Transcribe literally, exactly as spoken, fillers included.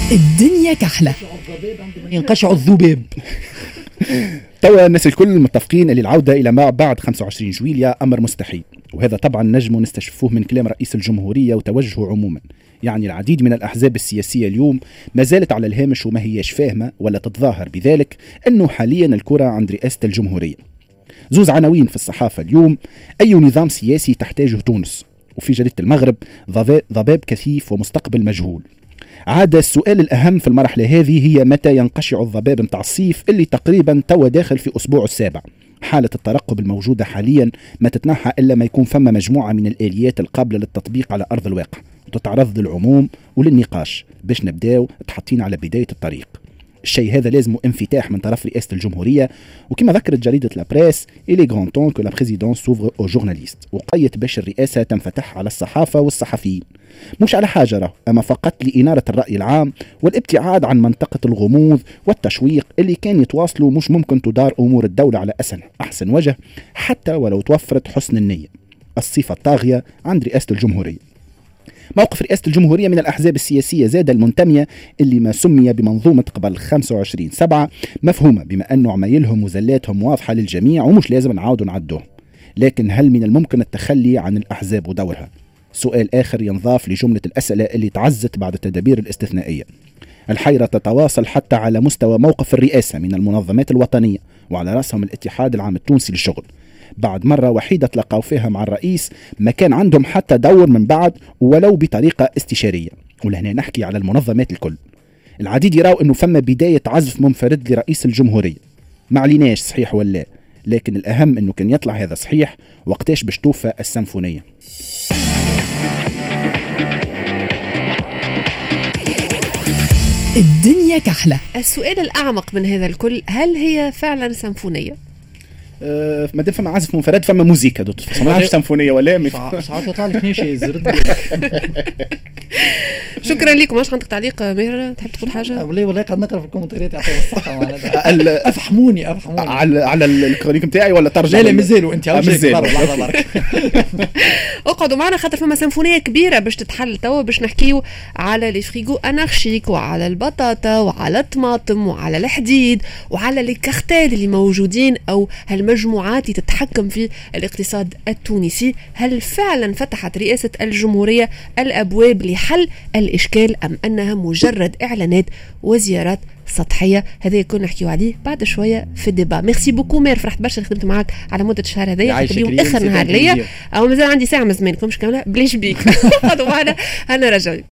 الدنيا كحلة ينقشعوا الذباب. توا الناس الكل متفقين اللي العودة إلى ما بعد خمسة وعشرين جويلية أمر مستحيل، وهذا طبعا نجم نستشفوه من كلام رئيس الجمهورية وتوجهه عموما. يعني العديد من الأحزاب السياسية اليوم ما زالت على الهامش وما هيش فاهمة ولا تتظاهر بذلك أنه حاليا الكرة عند رئاسة الجمهورية. زوز عناوين في الصحافة اليوم: أي نظام سياسي تحتاجه تونس؟ وفي جريدة المغرب: ضباب كثيف ومستقبل مجهول. عاد السؤال الأهم في المرحلة هذه هي متى ينقشع الضباب متاع الصيف اللي تقريبا توا داخل في أسبوع السابع. حالة الترقب الموجودة حاليا ما تتنحى إلا ما يكون فما مجموعة من الآليات القابلة للتطبيق على أرض الواقع وتتعرض للعموم وللنقاش باش نبداو تحطين على بداية الطريق. الشيء هذا لازم انفتاح من طرف رئاسة الجمهورية، وكما ذكرت جريدة لابريس إلي غران طون كو لا بريزيدونس سوفر أو جورناليست، وقيت باش الرئاسة تنفتح على الصحافة والصحفيين، مش على حاجة راه، أما فقط لإنارة الرأي العام والابتعاد عن منطقة الغموض والتشويق اللي كان يتواصلوا. مش ممكن تدار أمور الدولة على أحسن أحسن وجه حتى ولو توفرت حسن النية، الصفة الطاغية عند رئاسة الجمهورية. موقف رئاسة الجمهورية من الأحزاب السياسية زاد المنتمية اللي ما سمي بمنظومة قبل خمسة وعشرين سبعة مفهومة، بما أنه عمايلهم وزلاتهم واضحة للجميع ومش لازم نعاودوا نعدوهم. لكن هل من الممكن التخلي عن الأحزاب ودورها؟ سؤال آخر ينضاف لجملة الأسئلة اللي تعزت بعد التدابير الاستثنائية. الحيرة تتواصل حتى على مستوى موقف الرئاسة من المنظمات الوطنية، وعلى رأسهم الاتحاد العام التونسي للشغل. بعد مرة وحيدة تلقوا فيها مع الرئيس ما كان عندهم حتى دور من بعد ولو بطريقة استشارية. ولهنا نحكي على المنظمات الكل. العديد يراو أنه فما بداية عزف منفرد لرئيس الجمهورية، ما عليناش صحيح ولا، لكن الأهم أنه كان يطلع هذا صحيح وقتاش باش توفى السيمفونية. الدنيا كحلة. السؤال الأعمق من هذا الكل: هل هي فعلا سيمفونية؟ أه ما دام فما عزف منفرد فما موسيقى دوت ما عادش سيمفونيه ولا ساعات يطلع لك نيشي زرد. شكرا لكم. واش عندك تعليق ماهر؟ تحب تقول حاجه؟ والله والله قاعد نقرا في الكومنتات يعطيهم الصحه معناتها. افهموني افهموني على على الكرونيك نتاعي ولا ترجع؟ لا لا مازالوا انت مازال. اقعدوا معنا خاطر فما سيمفونيه كبيره باش تتحل توا، باش نحكيو على لي فريغو انارشيك وعلى البطاطا وعلى الطماطم وعلى الحديد وعلى لي كارتيل اللي موجودين او هالمجموعات تتحكم في الاقتصاد التونسي. هل فعلا فتحت رئاسه الجمهوريه الابواب لحل الاشكال ام انها مجرد اعلانات وزيارات سطحيه؟ هذا يكون نحكيو عليه بعد شويه في الديبا. ميرسي بوكو مير، فرحت برشا خدمت معاك على مده الشهر هذايا، اليوم اخر نهار ليا او مازال عندي ساعه ما زمانكمش كامله بليش بيك. خذوا معنا انا رجعي.